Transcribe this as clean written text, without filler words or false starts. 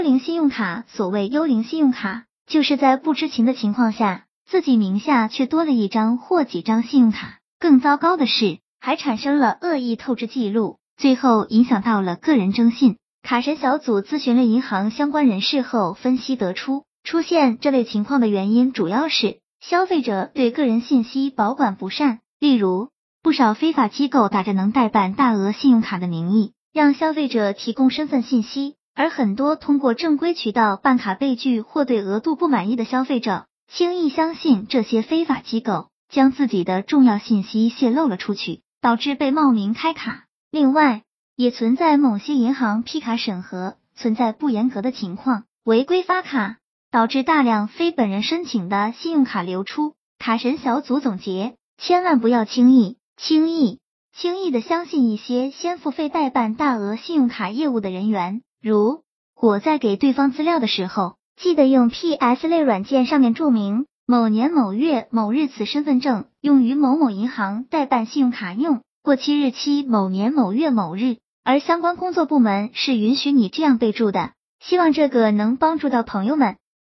幽灵信用卡，所谓幽灵信用卡，就是在不知情的情况下，自己名下却多了一张或几张信用卡。更糟糕的是，还产生了恶意透支记录，最后影响到了个人征信。卡神小组咨询了银行相关人士后，分析得出，出现这类情况的原因主要是消费者对个人信息保管不善，例如不少非法机构打着能代办大额信用卡的名义，让消费者提供身份信息，而很多通过正规渠道办卡被拒或对额度不满意的消费者，轻易相信这些非法机构，将自己的重要信息泄露了出去，导致被冒名开卡。另外，也存在某些银行批卡审核存在不严格的情况，违规发卡，导致大量非本人申请的信用卡流出。卡神小组总结，千万不要轻易的相信一些先付费代办大额信用卡业务的人员，如果在给对方资料的时候，记得用 PS 类软件上面注明某年某月某日此身份证用于某某银行代办信用卡用，过期日期某年某月某日，而相关工作部门是允许你这样备注的。希望这个能帮助到朋友们。